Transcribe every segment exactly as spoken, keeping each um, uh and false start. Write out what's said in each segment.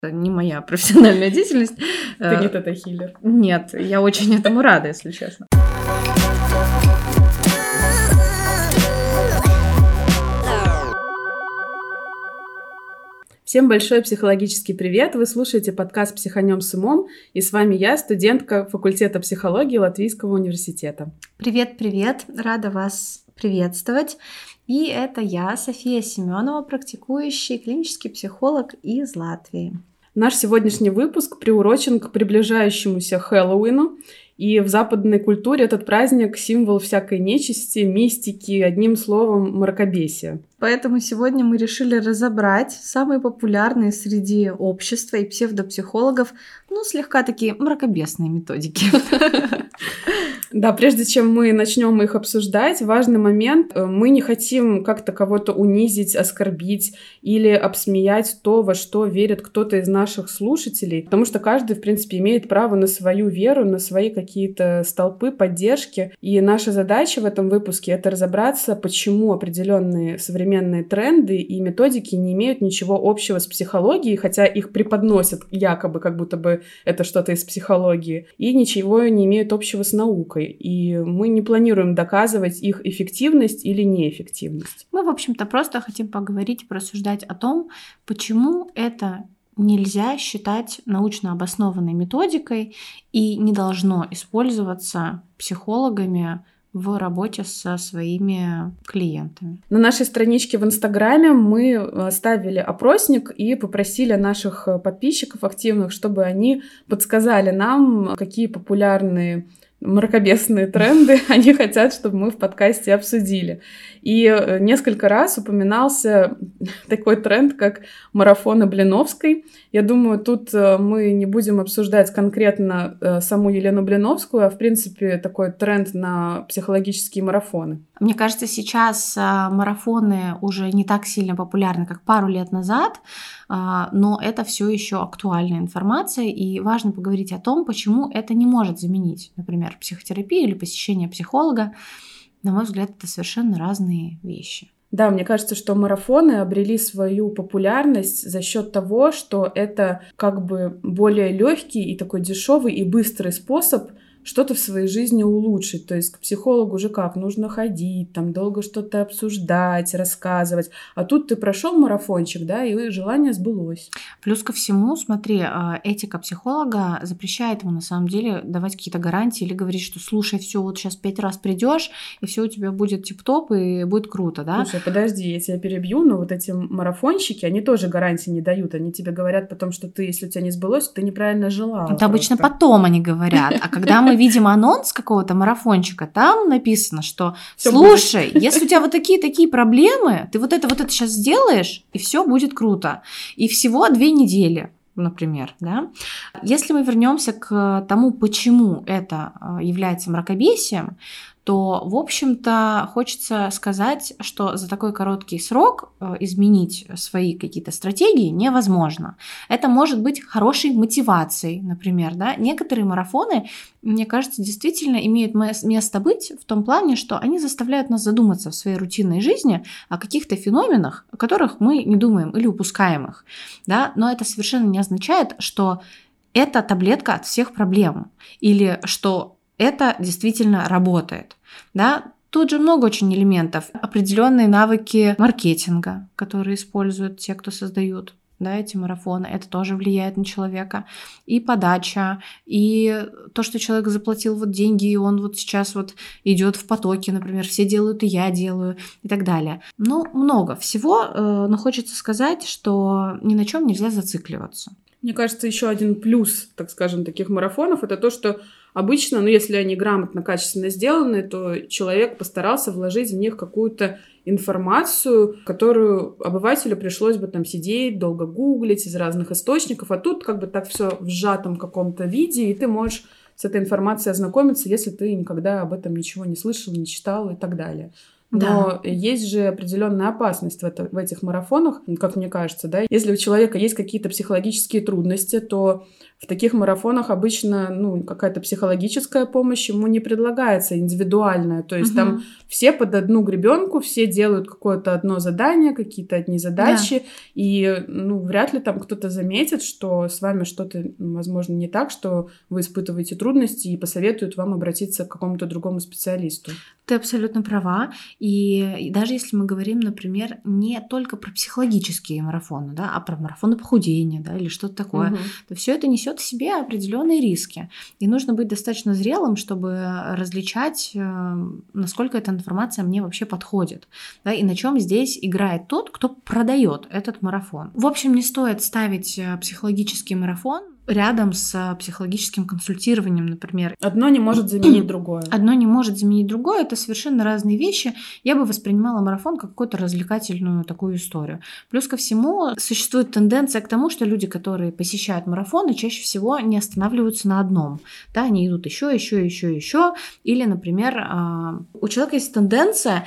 Это не моя профессиональная деятельность. Ты не тета-хиллер. Нет, я очень этому рада, если честно. Всем большой психологический привет! Вы слушаете подкаст «Психанем с умом», и с вами я, студентка факультета психологии Латвийского университета. Привет-привет! Рада вас приветствовать. И это я, София Семенова, практикующий клинический психолог из Латвии. Наш сегодняшний выпуск приурочен к приближающемуся Хэллоуину. И в западной культуре этот праздник — символ всякой нечисти, мистики, одним словом, мракобесия. Поэтому сегодня мы решили разобрать самые популярные среди общества и псевдопсихологов, ну, слегка такие мракобесные методики. Да, прежде чем мы начнем их обсуждать, важный момент. Мы не хотим как-то кого-то унизить, оскорбить или обсмеять то, во что верит кто-то из наших слушателей, потому что каждый, в принципе, имеет право на свою веру, на свои какие-то столпы поддержки. И наша задача в этом выпуске — это разобраться, почему определенные современные тренды и методики не имеют ничего общего с психологией, хотя их преподносят якобы, как будто бы это что-то из психологии, и ничего не имеют общего с наукой. И мы не планируем доказывать их эффективность или неэффективность. Мы, в общем-то, просто хотим поговорить, порассуждать о том, почему это нельзя считать научно обоснованной методикой и не должно использоваться психологами в работе со своими клиентами. На нашей страничке в Инстаграме мы оставили опросник и попросили наших подписчиков активных, чтобы они подсказали нам, какие популярные мракобесные тренды они хотят, чтобы мы в подкасте обсудили. И несколько раз упоминался такой тренд, как марафоны Блиновской. Я думаю, тут мы не будем обсуждать конкретно саму Елену Блиновскую, а в принципе такой тренд на психологические марафоны. Мне кажется, сейчас марафоны уже не так сильно популярны, как пару лет назад, но это все еще актуальная информация, и важно поговорить о том, почему это не может заменить, например, психотерапию или посещение психолога. На мой взгляд, это совершенно разные вещи. Да, мне кажется, что марафоны обрели свою популярность за счет того, что это как бы более легкий и такой дешевый и быстрый способ что-то в своей жизни улучшить. То есть к психологу же как? Нужно ходить, там долго что-то обсуждать, рассказывать. А тут ты прошел марафончик, да, и желание сбылось. Плюс ко всему, смотри, этика психолога запрещает ему на самом деле давать какие-то гарантии или говорить, что слушай, все, вот сейчас пять раз придешь, и все у тебя будет тип-топ, и будет круто, да? Слушай, подожди, я тебя перебью, но вот эти марафонщики, они тоже гарантии не дают. Они тебе говорят потом, что ты, если у тебя не сбылось, ты неправильно желала. Это обычно потом они говорят. А когда мы мы видим анонс какого-то марафончика, там написано, что всё слушай, будет. Если у тебя вот такие-такие проблемы, ты вот это вот это сейчас сделаешь, и все будет круто. И всего две недели, например, да. Если мы вернемся к тому, почему это является мракобесием, то, в общем-то, хочется сказать, что за такой короткий срок изменить свои какие-то стратегии невозможно. Это может быть хорошей мотивацией, например, да. Некоторые марафоны, мне кажется, действительно имеют место быть в том плане, что они заставляют нас задуматься в своей рутинной жизни о каких-то феноменах, о которых мы не думаем или упускаем их, да. Но это совершенно не означает, что это таблетка от всех проблем или что это действительно работает, да. Тут же много очень элементов. Определенные навыки маркетинга, которые используют те, кто создают, да, эти марафоны. Это тоже влияет на человека. И подача, и то, что человек заплатил вот деньги, и он вот сейчас вот идет в потоке, например, все делают, и я делаю, и так далее. Ну, много всего, но хочется сказать, что ни на чем нельзя зацикливаться. Мне кажется, еще один плюс, так скажем, таких марафонов — это то, что обычно, ну, если они грамотно, качественно сделаны, то человек постарался вложить в них какую-то информацию, которую обывателю пришлось бы там сидеть, долго гуглить из разных источников, а тут как бы так все в сжатом каком-то виде, и ты можешь с этой информацией ознакомиться, если ты никогда об этом ничего не слышал, не читал и так далее. Но Да. есть же определенная опасность в, это, в этих марафонах, как мне кажется, да. Если у человека есть какие-то психологические трудности, то в таких марафонах обычно, ну, какая-то психологическая помощь ему не предлагается, индивидуальная. То есть Мгм. там все под одну гребенку, все делают какое-то одно задание, какие-то одни задачи, Да. и, ну, вряд ли там кто-то заметит, что с вами что-то, возможно, не так, что вы испытываете трудности, и посоветует вам обратиться к какому-то другому специалисту. Ты абсолютно права. И даже если мы говорим, например, не только про психологические марафоны, да, а про марафоны похудения, да, или что-то такое, Мгм. то все это несет в себе определенные риски. И нужно быть достаточно зрелым, чтобы различать, э, насколько эта информация мне вообще подходит, да, и на чем здесь играет тот, кто продает этот марафон. В общем, не стоит ставить э, психологический марафон рядом с психологическим консультированием, например. Одно не может заменить другое. Одно не может заменить другое, это совершенно разные вещи. Я бы воспринимала марафон как какую-то развлекательную такую историю. Плюс ко всему, существует тенденция к тому, что люди, которые посещают марафоны, чаще всего не останавливаются на одном. Да, они идут еще, еще, еще, еще. Или, например, у человека есть тенденция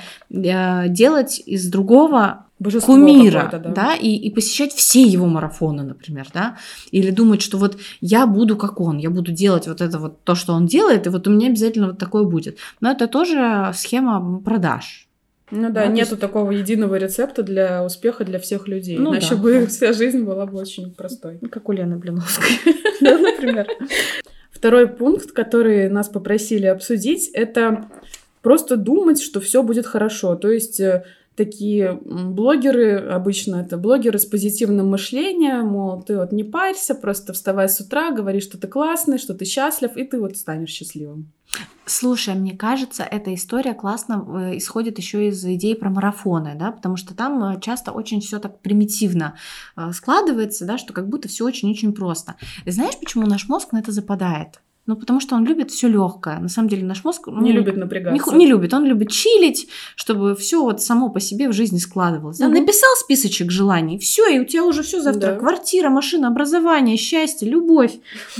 делать из другого Божество кумира, какое-то, да. да, и, и посещать все его марафоны, например, да, или думать, что вот я буду как он, я буду делать вот это вот то, что он делает, и вот у меня обязательно вот такое будет. Но это тоже схема продаж. Ну да, Да, то нету есть- такого единого рецепта для успеха для всех людей. Ну Иначе да, бы да. вся жизнь была бы очень простой. Как у Лены Блиновской, да, например. Второй пункт, который нас попросили обсудить, это просто думать, что все будет хорошо. То есть э, такие м, блогеры, обычно это блогеры с позитивным мышлением, мол, ты вот не парься, просто вставай с утра, говори, что ты классный, что ты счастлив, и ты вот станешь счастливым. Слушай, мне кажется, эта история классно э, исходит еще из идей про марафоны, да, потому что там э, часто очень все так примитивно э, складывается, да, что как будто все очень-очень просто. И знаешь, почему наш мозг на это западает? Ну, потому что он любит все легкое. На самом деле наш мозг ну, Не любит не, напрягаться. ху- не любит, он любит чилить, чтобы все вот само по себе в жизни складывалось. Да? Мгм. Написал списочек желаний, все, и у тебя уже все завтра: Да. квартира, машина, образование, счастье, любовь.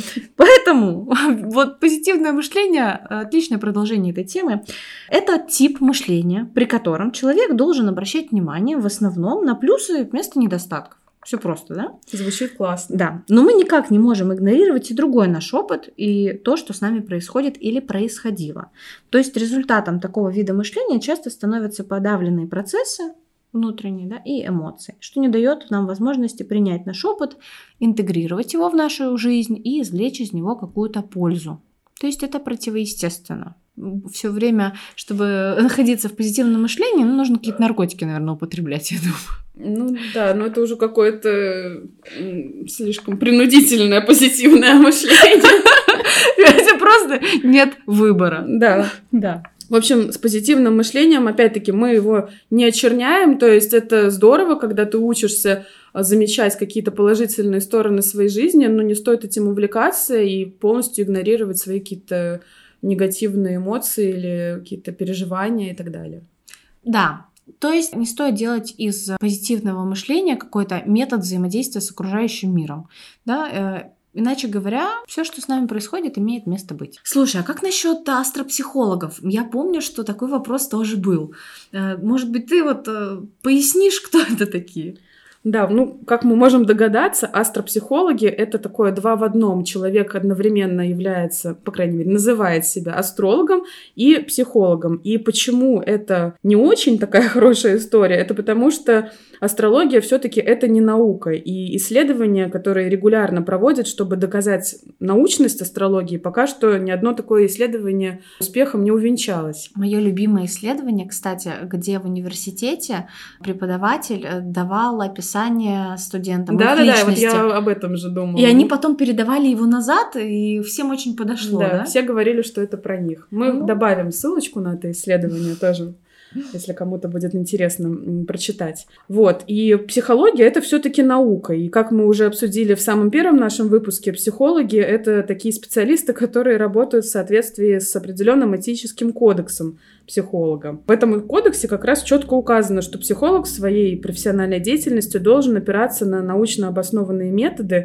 Поэтому вот позитивное мышление, отличное продолжение этой темы, это тип мышления, при котором человек должен обращать внимание в основном на плюсы вместо недостатков. Все просто, да? Звучит классно. Да. Но мы никак не можем игнорировать и другой наш опыт, и то, что с нами происходит или происходило. То есть результатом такого вида мышления часто становятся подавленные процессы внутренние, да, и эмоции, что не дает нам возможности принять наш опыт, интегрировать его в нашу жизнь и извлечь из него какую-то пользу. То есть это противоестественно. Все время, чтобы находиться в позитивном мышлении, ну, нужно какие-то наркотики, наверное, употреблять, я думаю. Ну да, но это уже какое-то м, слишком принудительное позитивное мышление. Это просто нет выбора. Да. Да. В общем, с позитивным мышлением, опять-таки, мы его не очерняем, то есть это здорово, когда ты учишься замечать какие-то положительные стороны своей жизни, но не стоит этим увлекаться и полностью игнорировать свои какие-то негативные эмоции или какие-то переживания и так далее. Да. То есть не стоит делать из позитивного мышления какой-то метод взаимодействия с окружающим миром. Да? Иначе говоря, все, что с нами происходит, имеет место быть. Слушай, а как насчет астропсихологов? Я помню, что такой вопрос тоже был. Может быть, ты вот пояснишь, кто это такие? Да, ну, как мы можем догадаться, астропсихологи — это такое два в одном. Человек одновременно является, по крайней мере, называет себя астрологом и психологом. И почему это не очень такая хорошая история? Это потому что астрология все-таки это не наука. И исследования, которые регулярно проводят, чтобы доказать научность астрологии, пока что ни одно такое исследование успехом не увенчалось. Мое любимое исследование, кстати, где в университете преподаватель давал описание студентам да, их да, личности. Да, вот я об этом же думала. И они потом передавали его назад, и всем очень подошло, да? Да, все говорили, что это про них. Мы ну... добавим ссылочку на это исследование тоже, если кому-то будет интересно прочитать. Вот. И психология — это все-таки наука. И как мы уже обсудили в самом первом нашем выпуске, психологи — это такие специалисты, которые работают в соответствии с определенным этическим кодексом психолога. В этом кодексе как раз четко указано, что психолог в своей профессиональной деятельности должен опираться на научно обоснованные методы,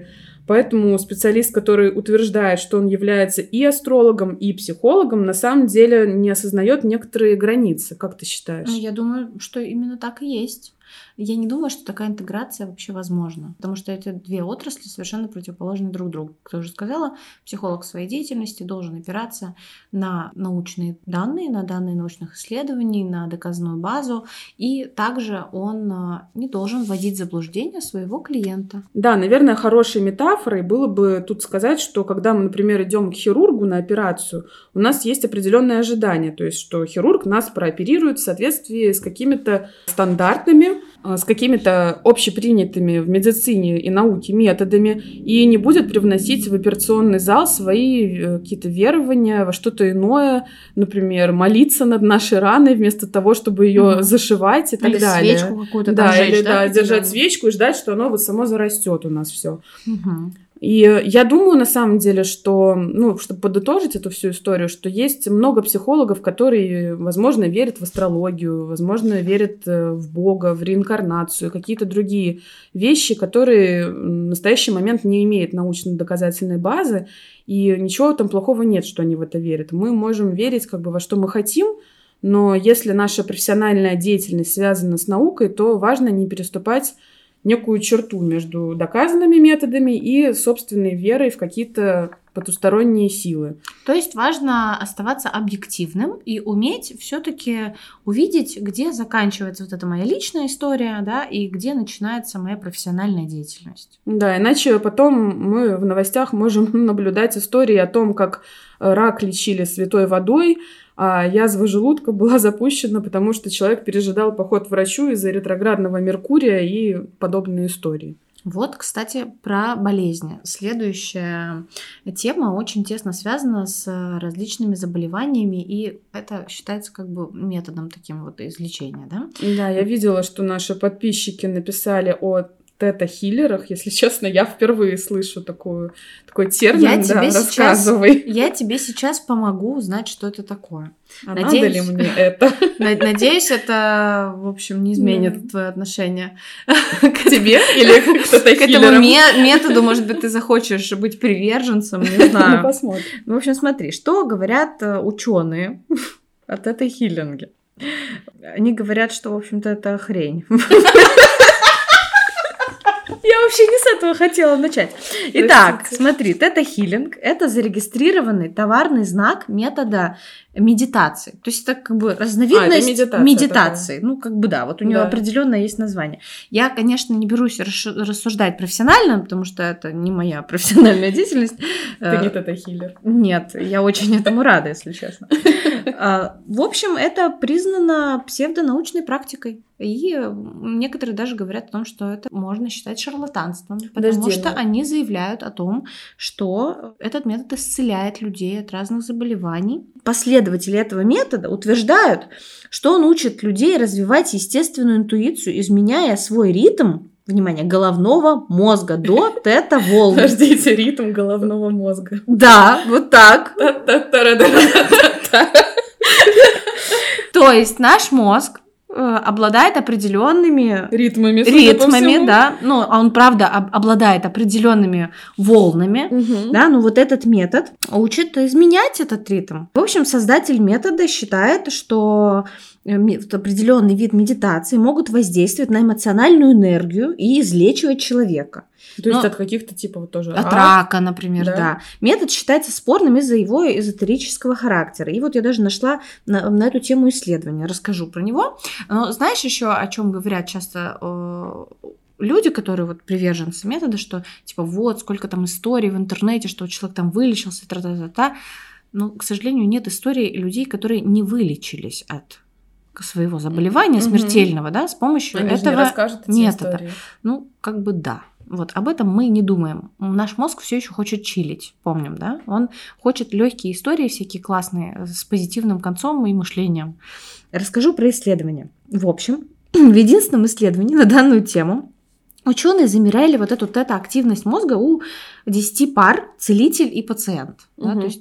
Поэтому специалист, который утверждает, что он является и астрологом, и психологом, на самом деле не осознает некоторые границы. Как ты считаешь? Ну, я думаю, что именно так и есть. Я не думаю, что такая интеграция вообще возможна, потому что эти две отрасли совершенно противоположны друг другу. Как я уже сказала, психолог в своей деятельности должен опираться на научные данные, на данные научных исследований, на доказанную базу, и также он не должен вводить в заблуждение своего клиента. Да, наверное, хорошей метафорой было бы тут сказать, что когда мы, например, идем к хирургу на операцию, у нас есть определенные ожидания, то есть что хирург нас прооперирует в соответствии с какими-то стандартными, с какими-то общепринятыми в медицине и науке методами и не будет привносить в операционный зал свои какие-то верования во что-то иное, например, молиться над нашей раной вместо того, чтобы ее mm-hmm. зашивать и так или далее. Свечку какую-то да, там жечь, или да, да, держать свечку и ждать, что оно вот само зарастет у нас все. Mm-hmm. И я думаю, на самом деле, что, ну, чтобы подытожить эту всю историю, что есть много психологов, которые, возможно, верят в астрологию, возможно, верят в Бога, в реинкарнацию, какие-то другие вещи, которые в настоящий момент не имеют научно-доказательной базы, и ничего там плохого нет, что они в это верят. Мы можем верить как бы во что мы хотим, но если наша профессиональная деятельность связана с наукой, то важно не переступать некую черту между доказанными методами и собственной верой в какие-то потусторонние силы. То есть важно оставаться объективным и уметь все-таки увидеть, где заканчивается вот эта моя личная история, да, и где начинается моя профессиональная деятельность. Да, иначе потом мы в новостях можем наблюдать истории о том, как рак лечили святой водой, а язва желудка была запущена, потому что человек пережидал поход к врачу из-за ретроградного Меркурия и подобные истории. Вот, кстати, про болезни. Следующая тема очень тесно связана с различными заболеваниями, и это считается как бы методом таким вот излечения, да? Да, я видела, что наши подписчики написали о тета-хиллерах. Если честно, я впервые слышу такую, такой термин. Я да, тебе рассказывай. Сейчас, я тебе сейчас помогу узнать, что это такое. А надеюсь, надо ли мне это? Надеюсь, это, в общем, не изменит mm. твое отношение к тебе или к тета-хиллерам. К этому методу, может быть, ты захочешь быть приверженцем, не знаю. Ну, посмотрим. В общем, смотри, что говорят ученые о тета-хиллинге. Они говорят, что, в общем-то, это хрень. Я вообще не с этого хотела начать. Итак, Простите. смотри, тета-хиллинг – это зарегистрированный товарный знак метода медитации. То есть это как бы разновидность а, медитация, медитации. Такая. Ну, как бы да, вот у нее да. определенно есть название. Я, конечно, не берусь рассуждать профессионально, потому что это не моя профессиональная деятельность. Ты не тета-хиллер. Нет, я очень этому рада, если честно. В общем, это признано псевдонаучной практикой. И некоторые даже говорят о том, что это можно считать шарлатанством, потому Подожди, что да. они заявляют о том, что этот метод исцеляет людей от разных заболеваний. Последователи этого метода утверждают, что он учит людей развивать естественную интуицию, изменяя свой ритм, внимание, головного мозга до тета-волн. Подождите, ритм головного мозга. Да, вот так. То есть наш мозг обладает определенными ритмами, ритмами, да, ну, он, правда, об- обладает определенными волнами, угу. да, но вот этот метод учит изменять этот ритм. В общем, создатель метода считает, что определенный вид медитации могут воздействовать на эмоциональную энергию и излечивать человека. То есть Но от каких-то типов тоже? От рака, например, да. да. Метод считается спорным из-за его эзотерического характера. И вот я даже нашла на, на эту тему исследование, расскажу про него. Но знаешь еще, о чем говорят часто э, люди, которые вот приверженцы метода, что типа вот сколько там историй в интернете, что человек там вылечился, та-та-та-та. Но, к сожалению, нет историй людей, которые не вылечились от своего заболевания смертельного, mm-hmm. да, с помощью Они этого не расскажут эти метода. истории. Ну, как бы да. Вот об этом мы не думаем. Наш мозг все еще хочет чилить, помним, да? Он хочет легкие истории, всякие классные, с позитивным концом и мышлением. Расскажу про исследование. В общем, в единственном исследовании на данную тему ученые замеряли вот эту тета-активность мозга у десяти пар целитель и пациент. Да? Угу. То есть там вот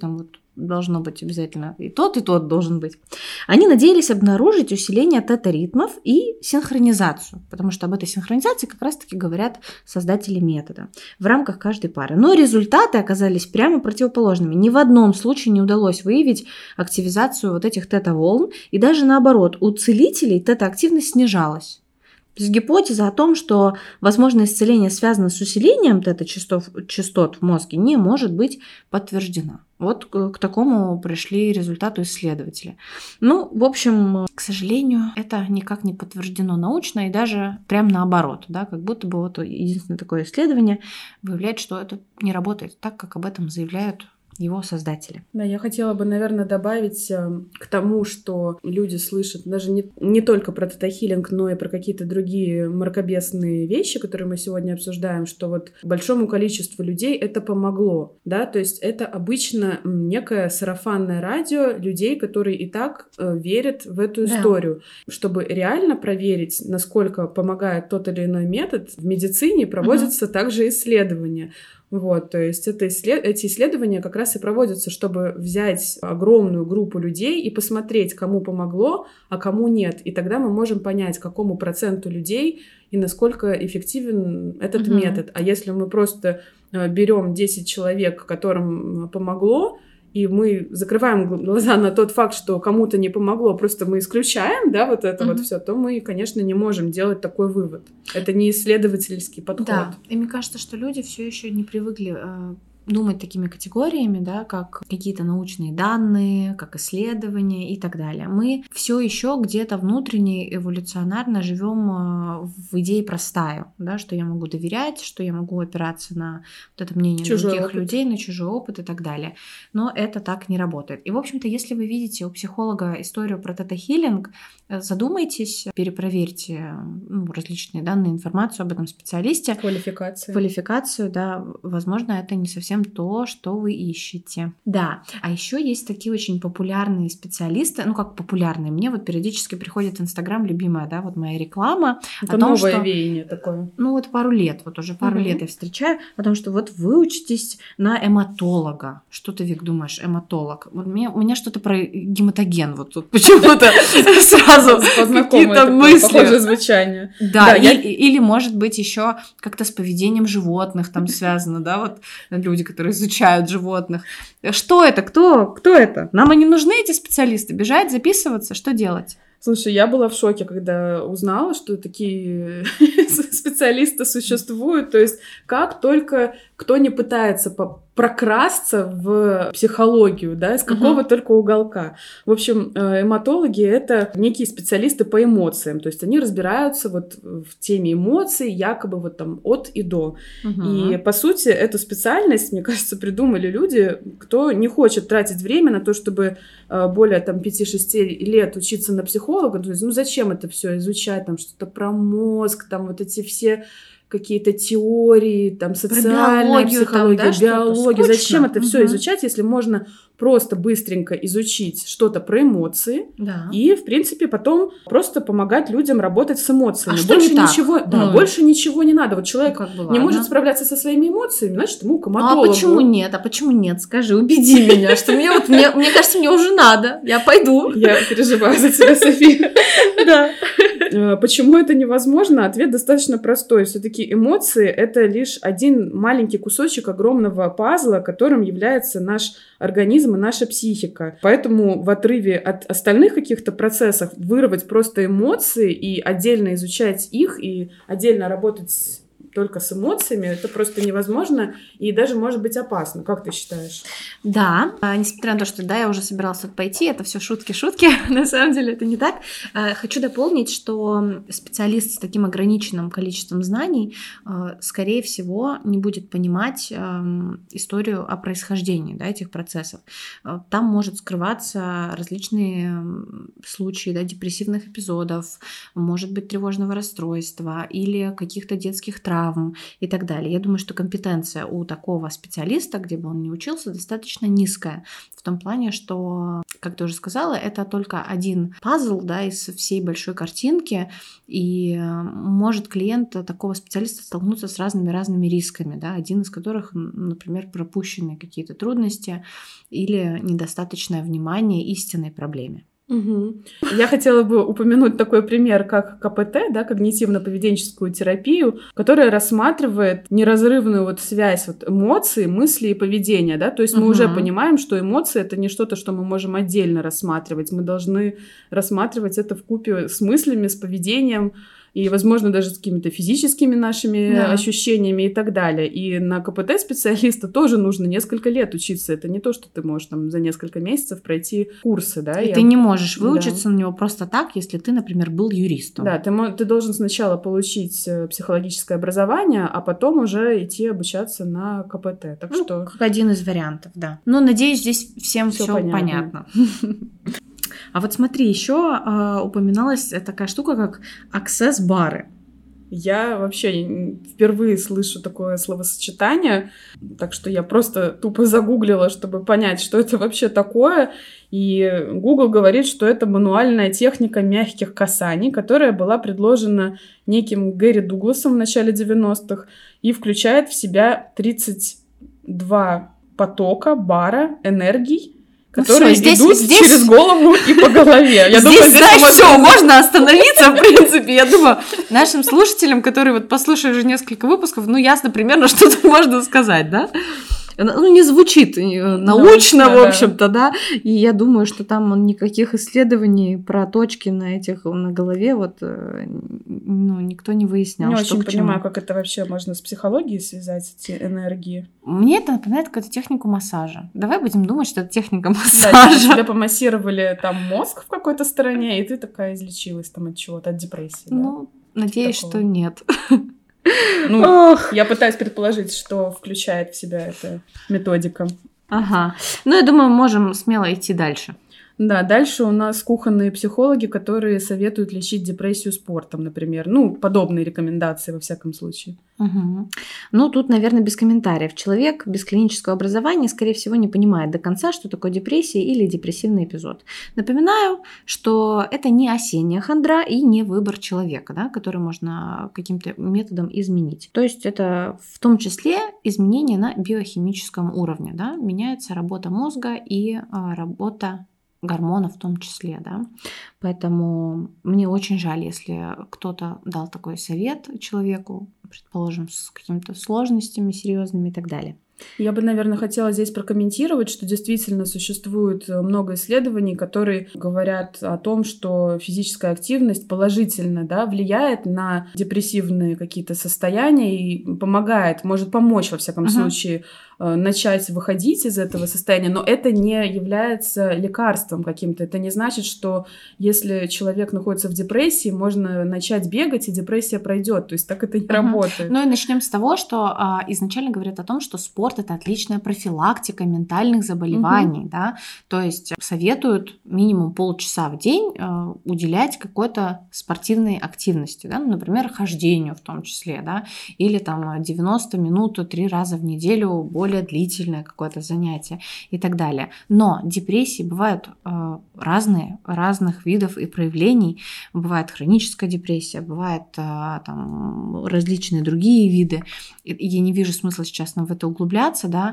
должно быть обязательно и тот, и тот должен быть. Они надеялись обнаружить усиление тета-ритмов и синхронизацию, потому что об этой синхронизации как раз-таки говорят создатели метода в рамках каждой пары. Но результаты оказались прямо противоположными. Ни в одном случае не удалось выявить активизацию вот этих тета-волн, и даже наоборот, у целителей тета-активность снижалась. То есть гипотеза о том, что возможно исцеление связано с усилением тета-частот частот в мозге, не может быть подтверждена. Вот к, к такому пришли результату исследователи. Ну, в общем, к сожалению, это никак не подтверждено научно, и даже прям наоборот, да, как будто бы вот единственное такое исследование выявляет, что это не работает так, как об этом заявляют его создатели. Да, я хотела бы, наверное, добавить э, к тому, что люди слышат даже не, не только про тета-хилинг, но и про какие-то другие мракобесные вещи, которые мы сегодня обсуждаем, что вот большому количеству людей это помогло, да, то есть это обычно некое сарафанное радио людей, которые и так э, верят в эту историю. Да. Чтобы реально проверить, насколько помогает тот или иной метод, в медицине проводятся угу. также исследования. Вот, то есть это исслед... эти исследования как раз и проводятся, чтобы взять огромную группу людей и посмотреть, кому помогло, а кому нет. И тогда мы можем понять, какому проценту людей и насколько эффективен этот угу. метод. А если мы просто берем десять человек, которым помогло, и мы закрываем глаза на тот факт, что кому-то не помогло, просто мы исключаем, да, вот это mm-hmm. вот все, то мы, конечно, не можем делать такой вывод. Это не исследовательский подход. Да, и мне кажется, что люди все еще не привыкли э, думать такими категориями, да, как какие-то научные данные, как исследования и так далее. Мы все еще где-то внутренне эволюционарно живем в идее простая, да, что я могу доверять, что я могу опираться на вот это мнение чужой других опыт. людей, на чужой опыт и так далее. Но это так не работает. И, в общем-то, если вы видите у психолога историю про тета-хилинг, задумайтесь, перепроверьте ну, различные данные, информацию об этом специалисте. Квалификацию. Квалификацию, да. Возможно, это не совсем то, что вы ищете. Да. А еще есть такие очень популярные специалисты, ну как популярные, мне вот периодически приходит в Инстаграм любимая, да, вот моя реклама. Это о том, новое что, веяние такое. Ну вот пару лет, вот уже пару угу. лет я встречаю, о том, что вот вы учитесь на эматолога. Что ты, Вик, думаешь, эматолог? Вот у меня, у меня что-то про гематоген вот тут почему-то сразу какие-то мысли. Похожее звучание. Да, или может быть еще как-то с поведением животных там связано, да, вот люди, которые изучают животных. Что это? Кто? Кто это? Нам они нужны, эти специалисты? Бежать, записываться? Что делать? Слушай, я была в шоке, когда узнала, что такие специалисты существуют. То есть как только кто не пытается прокрасться в психологию, да, из какого uh-huh. только уголка. В общем, эматологи — это некие специалисты по эмоциям. То есть они разбираются вот в теме эмоций, якобы вот там от и до. Uh-huh. И, по сути, эту специальность, мне кажется, придумали люди, кто не хочет тратить время на то, чтобы более там пяти-шести лет учиться на психолога. То есть, ну зачем это все изучать, там что-то про мозг, там вот эти все какие-то теории, там социальная психология, там, да, биология. Зачем это угу. все изучать, если можно просто быстренько изучить что-то про эмоции да. и, в принципе, потом просто помогать людям работать с эмоциями. А больше что ничего, да, ну, больше ничего не надо. Вот человек ну, как бы, не ладно. может справляться со своими эмоциями, значит, ему к эматологу. А почему нет? А почему нет? Скажи, убеди меня, что мне вот мне, мне кажется, мне уже надо. Я пойду. Я переживаю за тебя, София. Да. Почему это невозможно? Ответ достаточно простой. Все-таки эмоции — это лишь один маленький кусочек огромного пазла, которым является наш организм и наша психика. Поэтому в отрыве от остальных каких-то процессов вырвать просто эмоции и отдельно изучать их, и отдельно работать с только с эмоциями, это просто невозможно и даже может быть опасно. Как ты считаешь? Да, а, несмотря на то, что да, я уже собиралась тут пойти, это все шутки-шутки, на самом деле это не так. А, хочу дополнить, что специалист с таким ограниченным количеством знаний, а, скорее всего, не будет понимать а, историю о происхождении, да, этих процессов. А, там может скрываться различные случаи, да, депрессивных эпизодов, может быть, тревожного расстройства или каких-то детских травм, травм и так далее. Я думаю, что компетенция у такого специалиста, где бы он ни учился, достаточно низкая. В том плане, что, как ты уже сказала, это только один пазл, да, из всей большой картинки, и может клиент такого специалиста столкнуться с разными-разными рисками, да, один из которых, например, пропущенные какие-то трудности или недостаточное внимание истинной проблеме. Угу. Я хотела бы упомянуть такой пример, как ка пэ тэ, да, когнитивно-поведенческую терапию, которая рассматривает неразрывную вот связь вот эмоций, мыслей и поведения, да, то есть мы угу. уже понимаем, что эмоции — это не что-то, что мы можем отдельно рассматривать, мы должны рассматривать это вкупе с мыслями, с поведением, и, возможно, даже с какими-то физическими нашими да. ощущениями и так далее. И на ка пэ тэ-специалиста тоже нужно несколько лет учиться. Это не то, что ты можешь там за несколько месяцев пройти курсы, да. И Я... ты не можешь выучиться да. на него просто так, если ты, например, был юристом. Да, ты, ты должен сначала получить психологическое образование, а потом уже идти обучаться на ка пэ тэ. Так ну, что... как один из вариантов, да. Ну, надеюсь, здесь всем все понятно. А вот смотри, еще э, упоминалась такая штука, как аксесс-бары. Я вообще впервые слышу такое словосочетание, так что я просто тупо загуглила, чтобы понять, что это вообще такое. И Google говорит, что это мануальная техника мягких касаний, которая была предложена неким Гэри Дугласом в начале девяностых и включает в себя тридцать два потока бара энергий, которые ну, всё, идут здесь, через голову и по голове. Я здесь, думаю, здесь знаешь, все, можно остановиться, в принципе. Я думаю, нашим слушателям, которые вот послушали уже несколько выпусков, ну, ясно примерно, что тут можно сказать, да? Ну, не звучит научно, да, в общем-то, да. И я думаю, что там никаких исследований про точки на этих, на голове вот, ну, никто не выяснял. Не что очень к чему. понимаю, как это вообще можно с психологией связать, эти энергии. Мне это напоминает какую-то технику массажа. Давай будем думать, что это техника массажа. Да, тебе помассировали там мозг в какой-то стороне, и ты такая излечилась там от чего-то, от депрессии. Ну, да? Надеюсь, Такого. Что нет. Ну, Ох. Я пытаюсь предположить, что включает в себя эта методика. Ага. Ну, я думаю, можем смело идти дальше. Да, дальше у нас кухонные психологи, которые советуют лечить депрессию спортом, например. Ну, подобные рекомендации, во всяком случае. Угу. Ну, тут, наверное, без комментариев. Человек без клинического образования, скорее всего, не понимает до конца, что такое депрессия или депрессивный эпизод. Напоминаю, что это не осенняя хандра и не выбор человека, да, который можно каким-то методом изменить. То есть это в том числе изменения на биохимическом уровне. Да? Меняется работа мозга и а, работа гормонов в том числе, да. Поэтому мне очень жаль, если кто-то дал такой совет человеку, предположим, с какими-то сложностями серьезными и так далее. Я бы, наверное, хотела здесь прокомментировать, что действительно существует много исследований, которые говорят о том, что физическая активность положительно, да, влияет на депрессивные какие-то состояния и помогает, может помочь, во всяком uh-huh. случае, начать выходить из этого состояния, но это не является лекарством каким-то. Это не значит, что если человек находится в депрессии, можно начать бегать, и депрессия пройдет. То есть так это не uh-huh. работает. Ну и начнем с того, что а, изначально говорят о том, что спорт — это отличная профилактика ментальных заболеваний. Uh-huh. Да? То есть советуют минимум полчаса в день а, уделять какой-то спортивной активности. Да? Ну, например, хождению в том числе. Да? Или там девяносто минут три раза в неделю более более длительное какое-то занятие и так далее. Но депрессии бывают э, разные, разных видов и проявлений. Бывает хроническая депрессия, бывает э, там, различные другие виды. И, я не вижу смысла сейчас нам в это углубляться, да,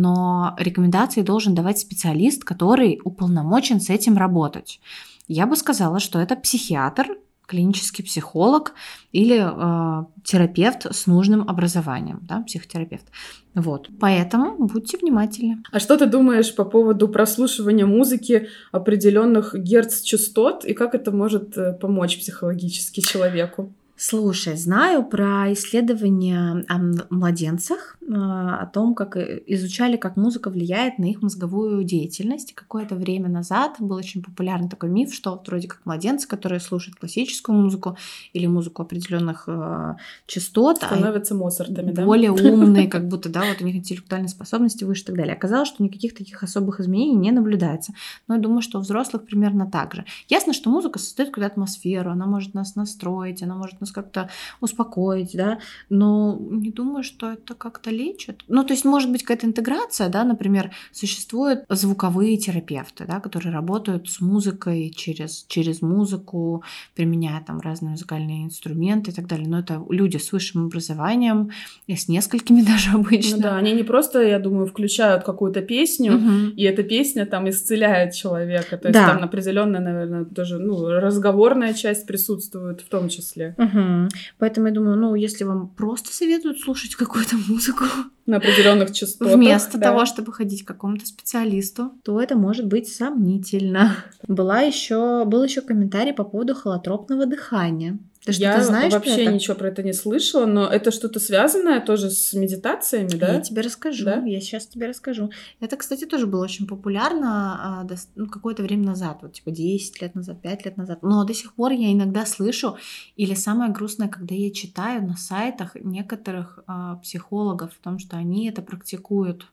но рекомендации должен давать специалист, который уполномочен с этим работать. Я бы сказала, что это психиатр, клинический психолог или э, терапевт с нужным образованием, да, психотерапевт. Вот. Поэтому будьте внимательны. А что ты думаешь по поводу прослушивания музыки определенных герц-частот и как это может помочь психологически человеку? Слушай, знаю про исследования о младенцах, о том, как изучали, как музыка влияет на их мозговую деятельность. Какое-то время назад был очень популярный такой миф, что вот вроде как младенцы, которые слушают классическую музыку или музыку определенных э, частот, становятся Моцартами, да? Более умные, как будто, да, вот у них интеллектуальные способности выше и так далее. Оказалось, что никаких таких особых изменений не наблюдается. Но я думаю, что у взрослых примерно так же. Ясно, что музыка создает какую-то атмосферу, она может нас настроить, она может нас нас как-то успокоить, да, но не думаю, что это как-то лечит. Ну, то есть, может быть, какая-то интеграция, да, например, существуют звуковые терапевты, да, которые работают с музыкой через, через музыку, применяя там разные музыкальные инструменты и так далее. Но это люди с высшим образованием, и с несколькими даже обычно. Ну да, они не просто, я думаю, включают какую-то песню, угу. и эта песня там исцеляет человека. То есть да. там определенная, наверное, тоже ну, разговорная часть присутствует в том числе. Угу. Поэтому я думаю, ну, если вам просто советуют слушать какую-то музыку на определенных частотах, вместо да. того, чтобы ходить к какому-то специалисту, то это может быть сомнительно. Была еще, был еще комментарий по поводу холотропного дыхания. Ты я знаешь вообще про это? Ничего про это не слышала, но это что-то связанное тоже с медитациями, да? Я тебе расскажу, да? я сейчас тебе расскажу. Это, кстати, тоже было очень популярно а, ну, какое-то время назад, вот типа десять лет назад, пять лет назад. Но до сих пор я иногда слышу, или самое грустное, когда я читаю на сайтах некоторых а, психологов о том, что они это практикуют.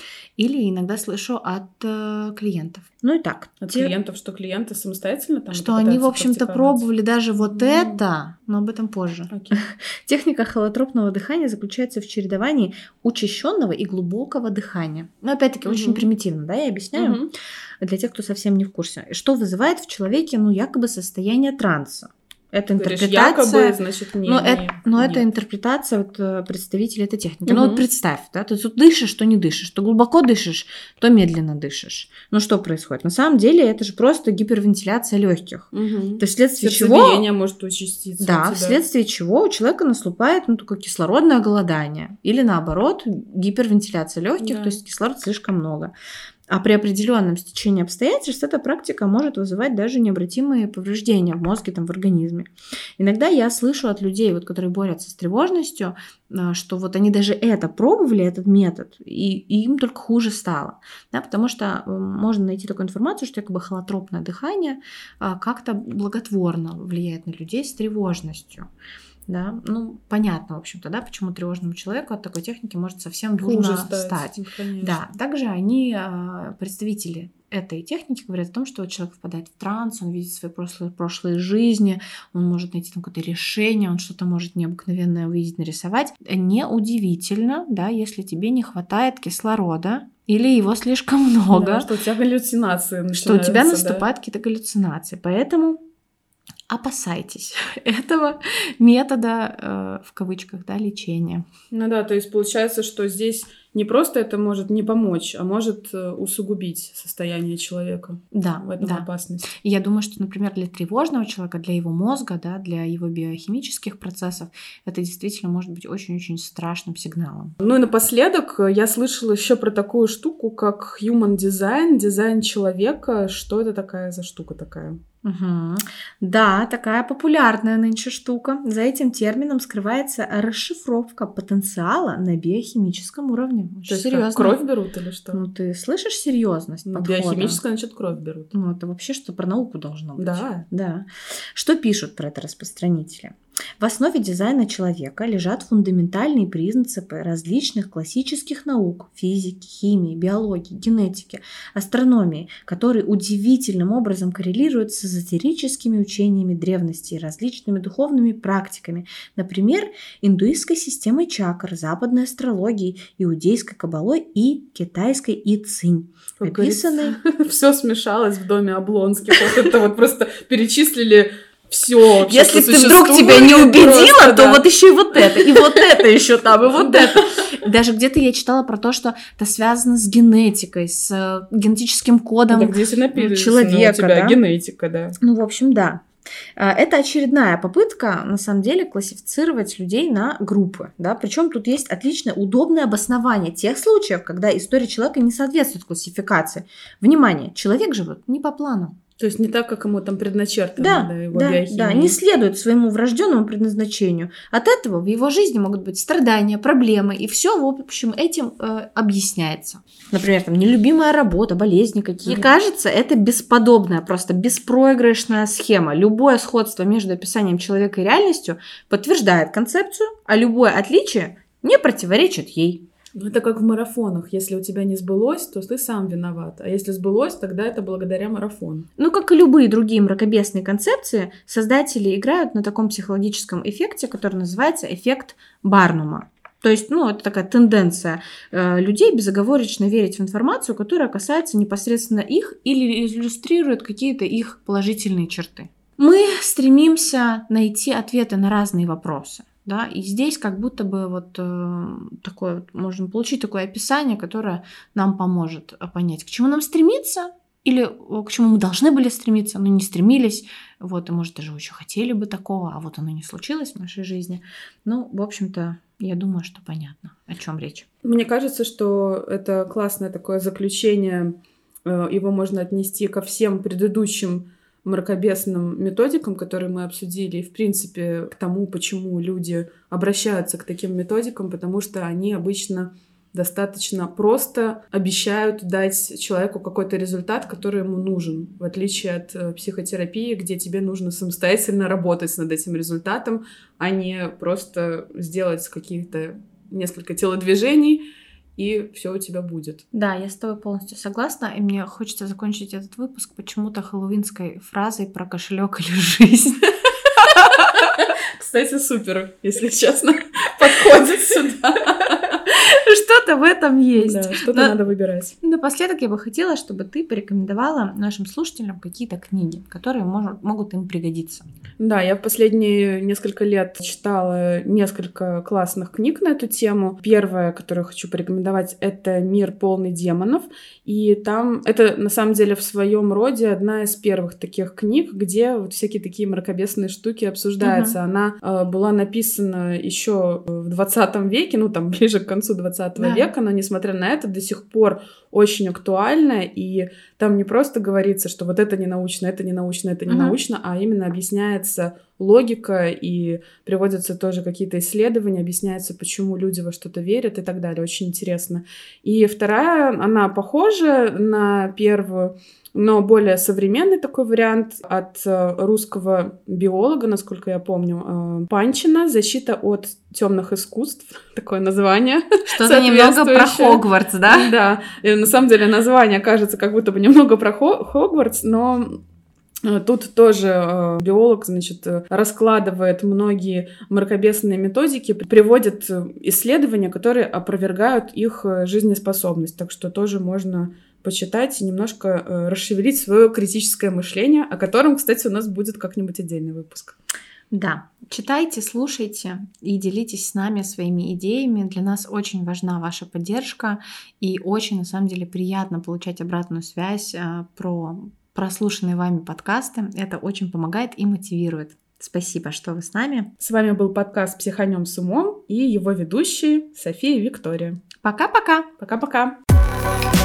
Или иногда слышу от э, клиентов. Ну и так. От те... клиентов, что клиенты самостоятельно там что они, в общем-то, пробовали даже вот mm. это, но об этом позже. Okay. Техника холотропного дыхания заключается в чередовании учащенного и глубокого дыхания. Но опять-таки mm-hmm. очень примитивно, да, я объясняю mm-hmm. для тех, кто совсем не в курсе. Что вызывает в человеке, ну, якобы состояние транса. Это интерпретация. Говоришь, якобы, значит, не, но не, это, но нет. это интерпретация вот, представителей этой техники. Угу. Ну вот представь, да, ты тут дышишь, то не дышишь, то глубоко дышишь, то медленно дышишь. Ну что происходит? На самом деле это же просто гипервентиляция легких. Угу. То есть вследствие сердцебиение чего... может участиться. Да, вследствие чего у человека наступает ну, такое кислородное голодание. Или наоборот, гипервентиляция легких, да. То есть кислорода слишком много. А при определенном стечении обстоятельств эта практика может вызывать даже необратимые повреждения в мозге, там, в организме. Иногда я слышу от людей, вот, которые борются с тревожностью, что вот они даже это пробовали, этот метод, и, и им только хуже стало. Да, потому что можно найти такую информацию, что якобы холотропное дыхание как-то благотворно влияет на людей с тревожностью. Да, ну, понятно, в общем-то, да, почему тревожному человеку от такой техники может совсем дурно стать. Да, также они, представители этой техники, говорят о том, что человек впадает в транс, он видит свои прошлые, прошлые жизни, он может найти там какое-то решение, он что-то может необыкновенное увидеть, нарисовать. Неудивительно, да, если тебе не хватает кислорода, или его слишком много. Да, что у тебя галлюцинации начинаются. Что у тебя наступают да? какие-то галлюцинации. Поэтому опасайтесь этого метода, э, в кавычках, да, лечения. Ну да, то есть получается, что здесь не просто это может не помочь, а может усугубить состояние человека. Да, в этом да. опасность. И я думаю, что, например, для тревожного человека, для его мозга, да, для его биохимических процессов, это действительно может быть очень-очень страшным сигналом. Ну и напоследок я слышала еще про такую штуку, как human design, дизайн человека. Что это такая за штука такая? Угу. Да, такая популярная нынче штука. За этим термином скрывается расшифровка потенциала на биохимическом уровне. То есть серьезно. Кровь берут или что? Ну, ты слышишь серьезность ну, подхода? Биохимическая, значит, кровь берут. Ну, это вообще что про науку должно быть. Да. Да. Что пишут про это распространители? В основе дизайна человека лежат фундаментальные принципы различных классических наук – физики, химии, биологии, генетики, астрономии, которые удивительным образом коррелируют с эзотерическими учениями древности и различными духовными практиками, например, индуистской системой чакр, западной астрологией, иудейской каббалой и китайской и цинь. Описанной... Все смешалось в доме Облонских. Вот это вот просто перечислили... Все, если ты вдруг тебя не убедила, просто, то да. вот еще и вот это, и вот это еще там, и вот это. Даже где-то я читала про то, что это связано с генетикой, с генетическим кодом да, здесь и написано, человека. У тебя да? генетика, да. Ну, в общем, да. Это очередная попытка, на самом деле, классифицировать людей на группы. Да? Причем тут есть отличное, удобное обоснование тех случаев, когда история человека не соответствует классификации. Внимание, человек живет не по плану. То есть не так, как ему там предначертано, да, да, его да, биохимия. Да, не следует своему врожденному предназначению. От этого в его жизни могут быть страдания, проблемы, и все, в общем, этим э, объясняется. Например, там нелюбимая работа, болезни какие-то. Mm-hmm. Кажется, это бесподобная, просто беспроигрышная схема. Любое сходство между описанием человека и реальностью подтверждает концепцию, а любое отличие не противоречит ей. Ну, это как в марафонах. Если у тебя не сбылось, то ты сам виноват. А если сбылось, тогда это благодаря марафону. Ну, как и любые другие мракобесные концепции, создатели играют на таком психологическом эффекте, который называется эффект Барнума. То есть, ну, это такая тенденция э, людей безоговорочно верить в информацию, которая касается непосредственно их или иллюстрирует какие-то их положительные черты. Мы стремимся найти ответы на разные вопросы. Да, и здесь как будто бы вот э, такое вот, можем получить такое описание, которое нам поможет понять, к чему нам стремиться, или к чему мы должны были стремиться, но не стремились, вот, и, может, даже очень хотели бы такого, а вот оно не случилось в нашей жизни. Ну, в общем-то, я думаю, что понятно, о чем речь. Мне кажется, что это классное такое заключение, его можно отнести ко всем предыдущим мракобесным методикам, которые мы обсудили, и, в принципе, к тому, почему люди обращаются к таким методикам, потому что они обычно достаточно просто обещают дать человеку какой-то результат, который ему нужен, в отличие от э, психотерапии, где тебе нужно самостоятельно работать над этим результатом, а не просто сделать каких-то несколько телодвижений, и все у тебя будет. Да, я с тобой полностью согласна, и мне хочется закончить этот выпуск почему-то хэллоуинской фразой про кошелек или жизнь. Кстати, супер, если честно, подходит сюда. Что-то в этом есть. Да, что-то Но надо выбирать. Напоследок я бы хотела, чтобы ты порекомендовала нашим слушателям какие-то книги, которые может, могут им пригодиться. Да, я в последние несколько лет читала несколько классных книг на эту тему. Первая, которую хочу порекомендовать, это «Мир полный демонов». И там это, на самом деле, в своем роде одна из первых таких книг, где вот всякие такие мракобесные штуки обсуждаются. Uh-huh. Она э, была написана еще в двадцатом веке, ну, там, ближе к концу двадцатого да. века, но, несмотря на это, до сих пор очень актуальна, и там не просто говорится, что вот это не научно, это не научно, это не uh-huh. научно, а именно объясняется логика, и приводятся тоже какие-то исследования, объясняется, почему люди во что-то верят и так далее. Очень интересно. И вторая, она похожа на первую, но более современный такой вариант от русского биолога, насколько я помню, Панчина «Защита от темных искусств». Такое название. Что-то немного про Хогвартс, да? Да. И на самом деле название кажется как будто бы немного про Хогвартс, но тут тоже э, биолог, значит, раскладывает многие мракобесные методики, приводит исследования, которые опровергают их жизнеспособность. Так что тоже можно почитать и немножко э, расшевелить свое критическое мышление, о котором, кстати, у нас будет как-нибудь отдельный выпуск. Да, читайте, слушайте и делитесь с нами своими идеями. Для нас очень важна ваша поддержка, и очень, на самом деле, приятно получать обратную связь э, про прослушанные вами подкасты. Это очень помогает и мотивирует. Спасибо, что вы с нами. С вами был подкаст «Психанем с умом» и его ведущие София и Виктория. Пока-пока! Пока-пока!